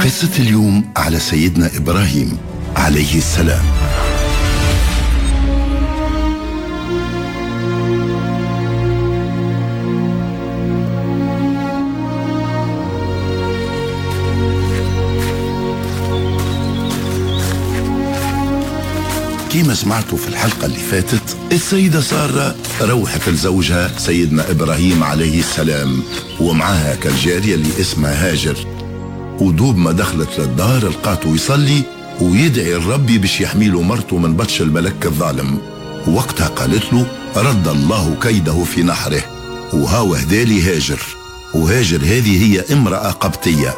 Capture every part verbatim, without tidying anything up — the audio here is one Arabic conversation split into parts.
قصة اليوم على سيدنا إبراهيم عليه السلام. كما سمعتوا في الحلقة اللي فاتت، السيدة سارة روحت لزوجها سيدنا إبراهيم عليه السلام ومعها كالجارية اللي اسمها هاجر، ودوب ما دخلت للدار لقاته يصلي ويدعي الرب باش يحميله مرته من بطش الملك الظالم. وقتها قالت له: رد الله كيده في نحره، وهاو هدالي هاجر. وهاجر هذه هي امرأة قبطية.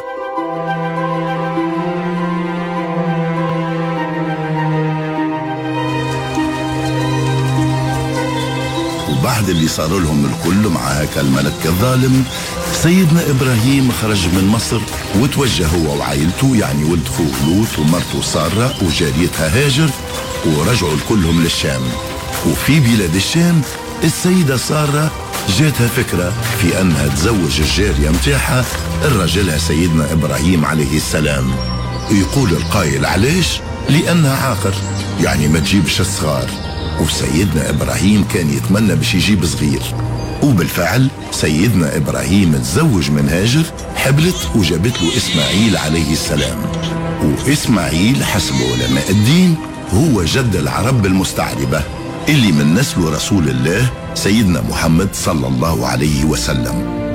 وبعد اللي صار لهم الكل مع هكا الملك الظالم، سيدنا إبراهيم خرج من مصر وتوجه هو وعائلته، يعني ولد خوه لوط ومرته سارة وجاريتها هاجر، ورجعوا كلهم للشام. وفي بلاد الشام السيدة سارة جاتها فكرة في أنها تزوج الجارية متاعها الرجلها سيدنا إبراهيم عليه السلام. يقول القائل: علاش؟ لأنها عاقر، يعني ما تجيبش الصغار، وسيدنا إبراهيم كان يتمنى باش يجيب صغير. وبالفعل سيدنا إبراهيم تزوج من هاجر، حبلت وجابت له إسماعيل عليه السلام. وإسماعيل حسب علماء الدين هو جد العرب المستعربة اللي من نسل رسول الله سيدنا محمد صلى الله عليه وسلم.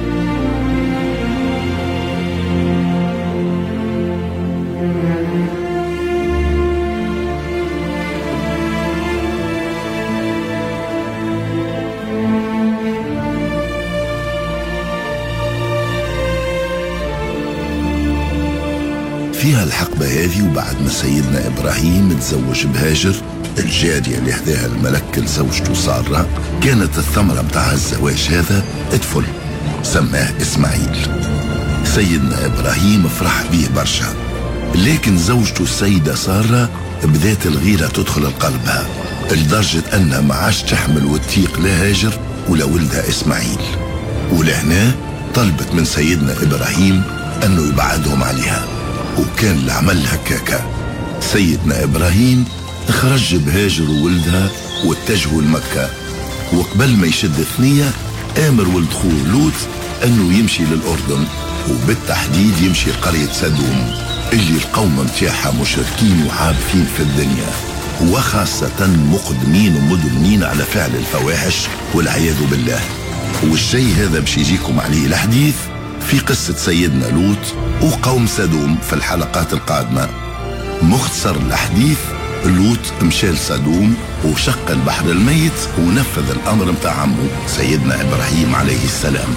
فيها الحقبة هذه، وبعد ما سيدنا إبراهيم تزوج بهاجر الجارية اللي هداها الملك لزوجته سارة، كانت الثمرة متاع الزواج هذا طفل سماه إسماعيل. سيدنا إبراهيم فرح به برشا، لكن زوجته السيدة سارة بدات الغيرة تدخل لقلبها لدرجة أنها ما عادش تحمل وتثيق لا هاجر ولا ولدها إسماعيل. ولهنا طلبت من سيدنا إبراهيم أنه يبعدهم عليها، وكان العمل هكاكا. سيدنا إبراهيم خرج بهاجر وولدها واتجهوا لمكة، وقبل ما يشد الثنية آمر ولد خوه لوط أنه يمشي للأردن، وبالتحديد يمشي لقرية سدوم اللي القوم متاعها مشركين وعابثين في الدنيا، وخاصة مقدمين ومدمنين على فعل الفواحش والعياذ بالله. والشيء هذا باش يجيكم عليه الحديث في قصة سيدنا لوط وقوم سدوم في الحلقات القادمة. مختصر الحديث: لوط مشى لسدوم وشق البحر الميت ونفذ الأمر متاع عمه سيدنا إبراهيم عليه السلام.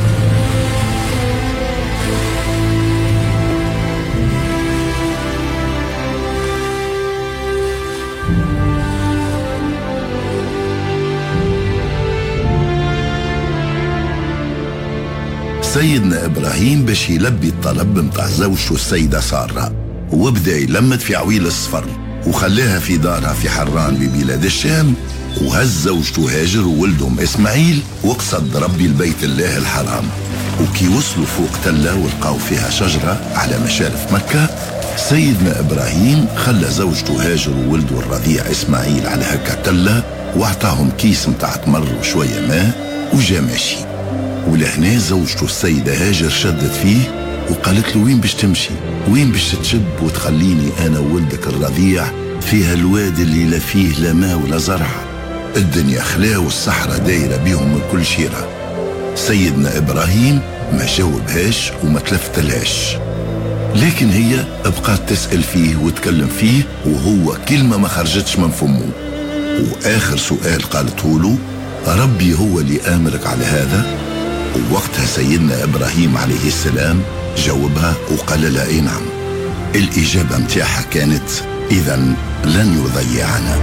سيدنا إبراهيم باش يلبي الطلب متاع زوجته السيدة سارة، وبدا يلمد في عويل الصفر وخلاها في دارها في حران ببلاد الشام، وهز زوجته هاجر وولدهم إسماعيل وقصد ربي البيت الله الحرام. وكي وصلوا فوق تلة ولقاو فيها شجرة على مشارف مكة، سيدنا إبراهيم خلى زوجته هاجر وولده الرضيع إسماعيل على هكا تلة، واعطاهم كيس متاع تمر وشوية ماء وجا ماشي. ولهنا زوجته السيدة هاجر شدت فيه وقالت له: وين باش تمشي؟ وين باش تشب وتخليني أنا وولدك الرضيع في هالوادي اللي لا فيه لا ماء ولا زرع؟ الدنيا خلا والصحراء دايرة بيهم من كل شيرة. سيدنا إبراهيم ما جاوبهاش وما تلفتلهاش، لكن هي بقات تسأل فيه وتكلم فيه، وهو كلمة ما خرجتش من فمه. وآخر سؤال قالته له: ربي هو اللي آمرك على هذا؟ ووقتها سيدنا إبراهيم عليه السلام جاوبها وقال لها: اي نعم. الإجابة متاعها كانت: إذن لن يضيعنا.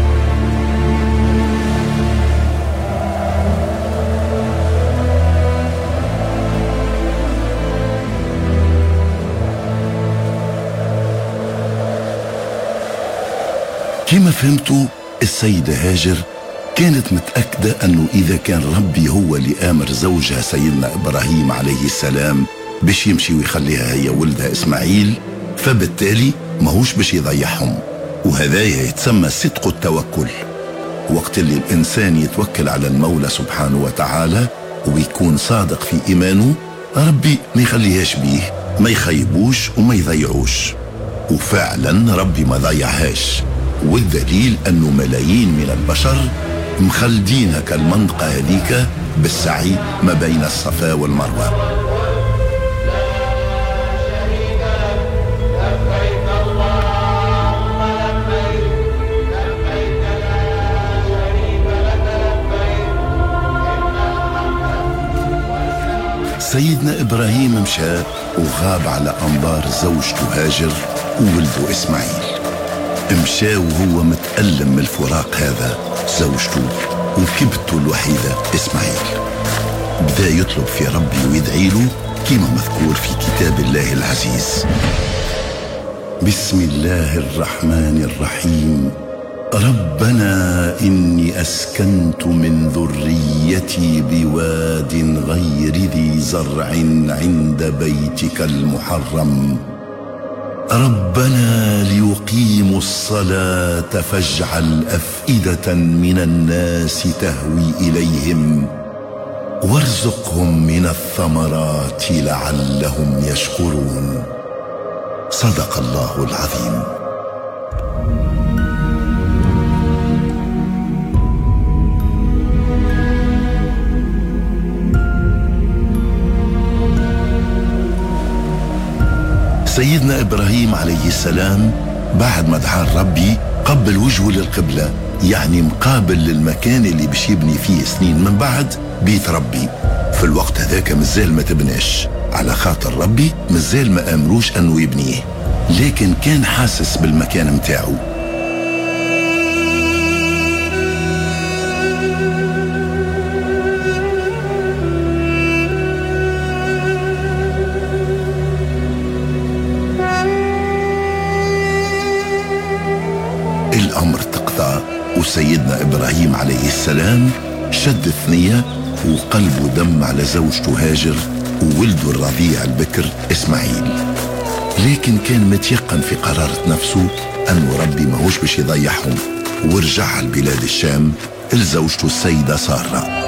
كما فهمتوا السيدة هاجر كانت متأكدة أنه إذا كان ربي هو اللي آمر زوجها سيدنا إبراهيم عليه السلام باش يمشي ويخليها هي ولدها إسماعيل، فبالتالي ماهوش باش يضيعهم. وهذايا يتسمى صدق التوكل. وقت اللي الإنسان يتوكل على المولى سبحانه وتعالى ويكون صادق في إيمانه، ربي ما يخليهاش بيه، ما يخيبوش وما يضيعوش. وفعلا ربي ما ضيعهاش، والدليل أنه ملايين من البشر مخلدين هكا المنطقة هذيك بالسعي ما بين الصفا والمروة. سيدنا إبراهيم مشى وغاب على أنظار زوجته هاجر وولده إسماعيل. مشى وهو متألم من الفراق هذا زوجته وكبته الوحيدة إسماعيل. بدأ يطلب في ربي ويدعي له كما مذكور في كتاب الله العزيز. بسم الله الرحمن الرحيم. ربنا إني أسكنت من ذريتي بواد غير ذي زرع عند بيتك المحرم ربنا ليقيموا الصلاة فاجعل أفئدة من الناس تهوي إليهم وارزقهم من الثمرات لعلهم يشكرون. صدق الله العظيم. سيدنا إبراهيم عليه السلام بعد ما دعا ربي قبل وجهه للقبلة، يعني مقابل للمكان اللي باش يبني فيه سنين من بعد بيت ربي. في الوقت هذاك مازال ما تبناش، على خاطر ربي مازال ما أمروش أنه يبنيه، لكن كان حاسس بالمكان متاعه. الأمر تقطع، وسيدنا إبراهيم عليه السلام شد الثنية وقلبه دم على زوجته هاجر وولده الرضيع البكر إسماعيل، لكن كان متيقن في قرارة نفسه أنه ربي ماهوش باش يضيعهم، ورجع على بلاد الشام لزوجته السيدة سارة.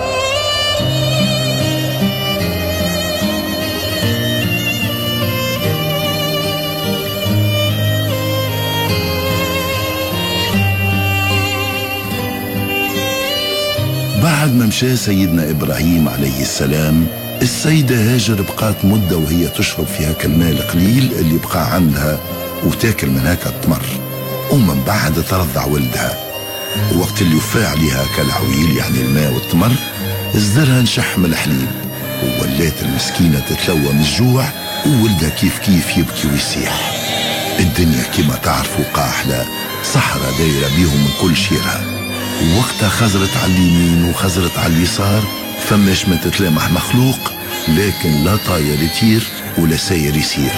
بعد ما مشى سيدنا إبراهيم عليه السلام، السيدة هاجر بقات مدة وهي تشرب في هكا الماء القليل اللي بقى عندها وتاكل من هكا التمر، ومن بعد ترضع ولدها. ووقت اللي وفى عليها كالعويل يعني الماء والتمر ازدرها نشح من الحليب، وولات المسكينة تتلوى من الجوع وولدها كيف كيف يبكي ويسيح. الدنيا كما تعرفوا قاحلة، صحراء دايرة بيهم من كل شيرة، ووقتها خزرت على اليمين وخزرت على اليسار، فماش ما تتلامح مخلوق، لكن لا طاير يطير ولا ساير يسير.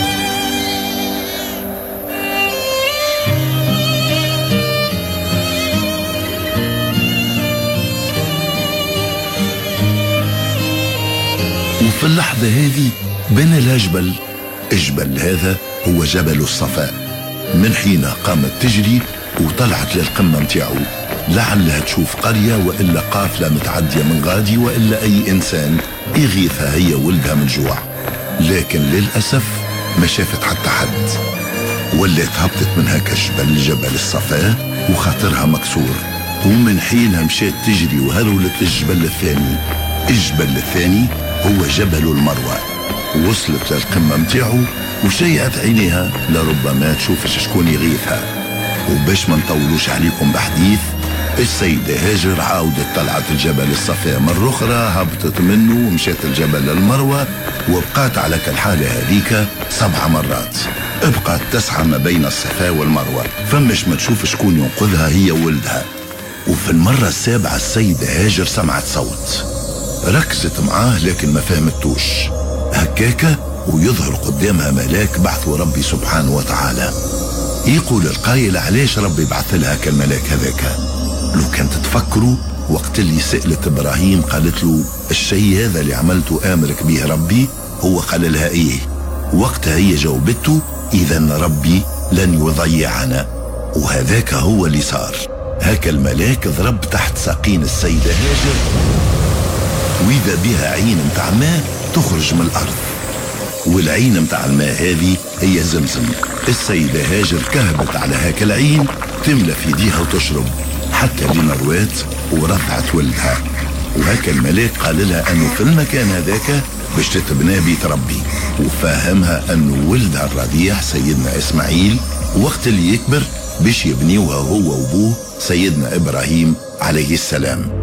وفي اللحظة هذه بنى لها جبل. الجبل هذا هو جبل الصفاء. من حين قامت تجري وطلعت للقمة متاعو لعلها تشوف قرية وإلا قافلة متعدية من غادي وإلا أي إنسان يغيثها هي ولدها من جوع، لكن للأسف ما شافت حتى حد. ولات هبطت من هكا الجبل جبل الصفاء وخاطرها مكسور، ومن حينها مشات تجري وهرولت الجبل الثاني. الجبل الثاني هو جبل المروة. وصلت للقمة متاعو وشيعت عينيها لربما تشوفش شكون يغيثها. وباش ما نطولوش عليكم بحديث، السيدة هاجر عاودت طلعت الجبل الصفاء مرة أخرى، هبطت منه ومشات الجبل المروة، وبقات على كالحالة هذيك سبع مرات. بقات تسعى ما بين الصفاء والمروة، فمش ما تشوف شكون ينقذها هي ولدها. وفي المرة السابعة السيدة هاجر سمعت صوت، ركزت معاه لكن ما فهمتوش، هكاكا ويظهر قدامها ملاك بعثه ربي سبحانه وتعالى. يقول القائل علاش ربي بعث لها كالملاك هذاك؟ لو كانت تفكروا وقت اللي سألت إبراهيم قالت له الشيء هذا اللي عملته آمرك به ربي، هو قال لها ايه؟ وقتها هي جاوبته إذا ربي لن يضيعنا. وهذاك هو اللي صار. هكا الملاك ضرب تحت ساقين السيدة هاجر، وإذا بها عين متاع ماء تخرج من الأرض، والعين متاع الماء هذه هي زمزم. السيدة هاجر كهبت على هاك العين، تملى في يديها وتشرب حتى لين روات ورضعت ولدها. وهكا الملاك قال لها أنه في المكان هذاك باش تتبنى بيت ربي، وفاهمها أنه ولدها الرضيع سيدنا إسماعيل وقت اللي يكبر باش يبنيوها هو وابوه سيدنا إبراهيم عليه السلام.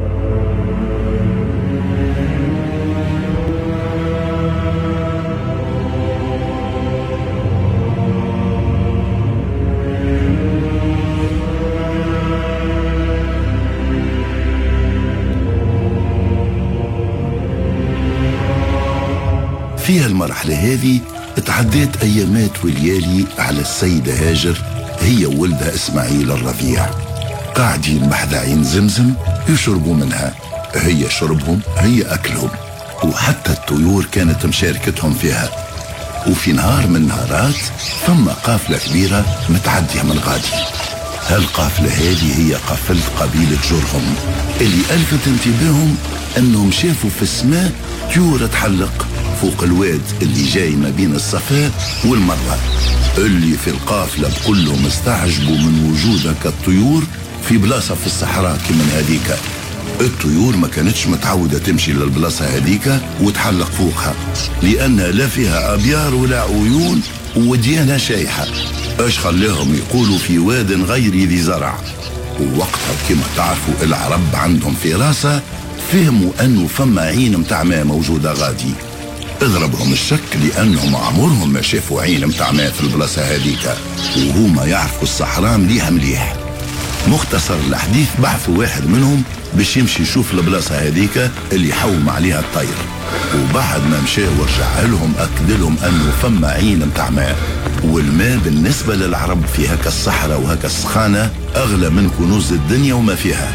في المرحلة هذه تعديت أيامات وليالي على السيدة هاجر هي وولدها إسماعيل الرضيع، قاعدين بحذا عين زمزم يشربوا منها، هي شربهم هي أكلهم، وحتى الطيور كانت مشاركتهم فيها. وفي نهار من نهارات ثم قافلة كبيرة متعدية من غادي. هالقافلة هذه هي قافلة قبيلة جرهم، اللي ألفت انتباههم أنهم شافوا في السماء طيور تحلق فوق الواد اللي جاي ما بين الصفاء والمروة. اللي في القافلة كلهم استعجبوا من وجود هكا الطيور في بلاصة في الصحراء كمن هذيك. الطيور ما كانتش متعودة تمشي للبلاصة هذيك وتحلق فوقها، لأنها لا فيها أبيار ولا عيون وديانها شايحة. اش خلاهم يقولوا في واد غير ذي زرع؟ ووقتها كما تعرفوا العرب عندهم فراسة، فهموا أنه فما عين متاع ماء موجودة غادي. اضربهم الشك لأنهم عمرهم ما شافوا عين متاع ماء في البلاصة هذيك، وهما يعرفوا الصحراء مليح مليح. مختصر الحديث بعثوا واحد منهم باش يمشي يشوف البلاصة هذيك اللي حوم عليها الطير، وبعد ما مشى ورجع لهم أكد لهم أنه فما عين متاع ماء. والماء بالنسبة للعرب في هكا الصحراء وهكا السخانة أغلى من كنوز الدنيا وما فيها.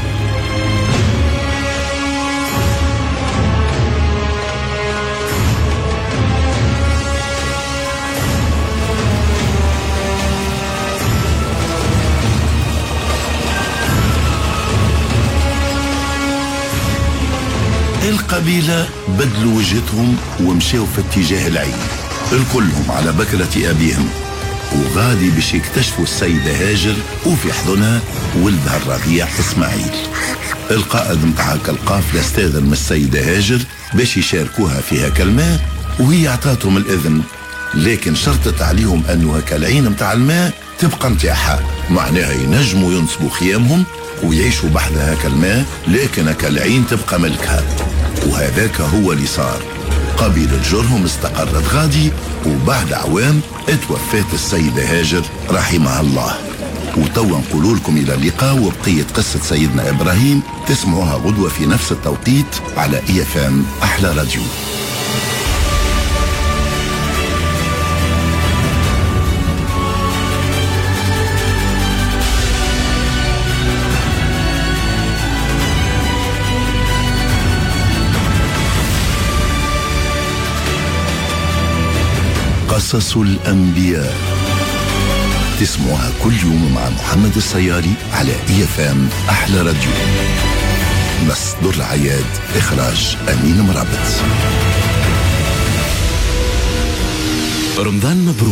القبيلة بدلوا وجهتهم ومشيوا في اتجاه العين، الكلهم على بكرة أبيهم، وغادي باش يكتشفوا السيدة هاجر وفي حضنها ولدها الرضيع إسماعيل. القائد متاع هاك القافلة استاذن من السيدة هاجر باش يشاركوها في هاك الماء، وهي عطاتهم الإذن، لكن شرطت عليهم أنه هاك العين متاع الماء تبقى متاعها، معناها ينجموا ينصبوا خيامهم ويعيشوا بحذا هاك الماء، لكن هاك العين تبقى ملكها. وهذاك هو اللي صار. قبيلة جرهم استقرت غادي، وبعد أعوام اتوفات السيدة هاجر رحمها الله. وتوا نقول لكم إلى اللقاء، وبقية قصة سيدنا إبراهيم تسمعوها غدوة في نفس التوقيت على إي إف إم أحلى راديو. قصص الأنبياء تسمعها كل يوم مع محمد السياري على إي إف إم أحلى راديو. مصدر العياد، إخراج أمين مرابط. رمضان مبروك.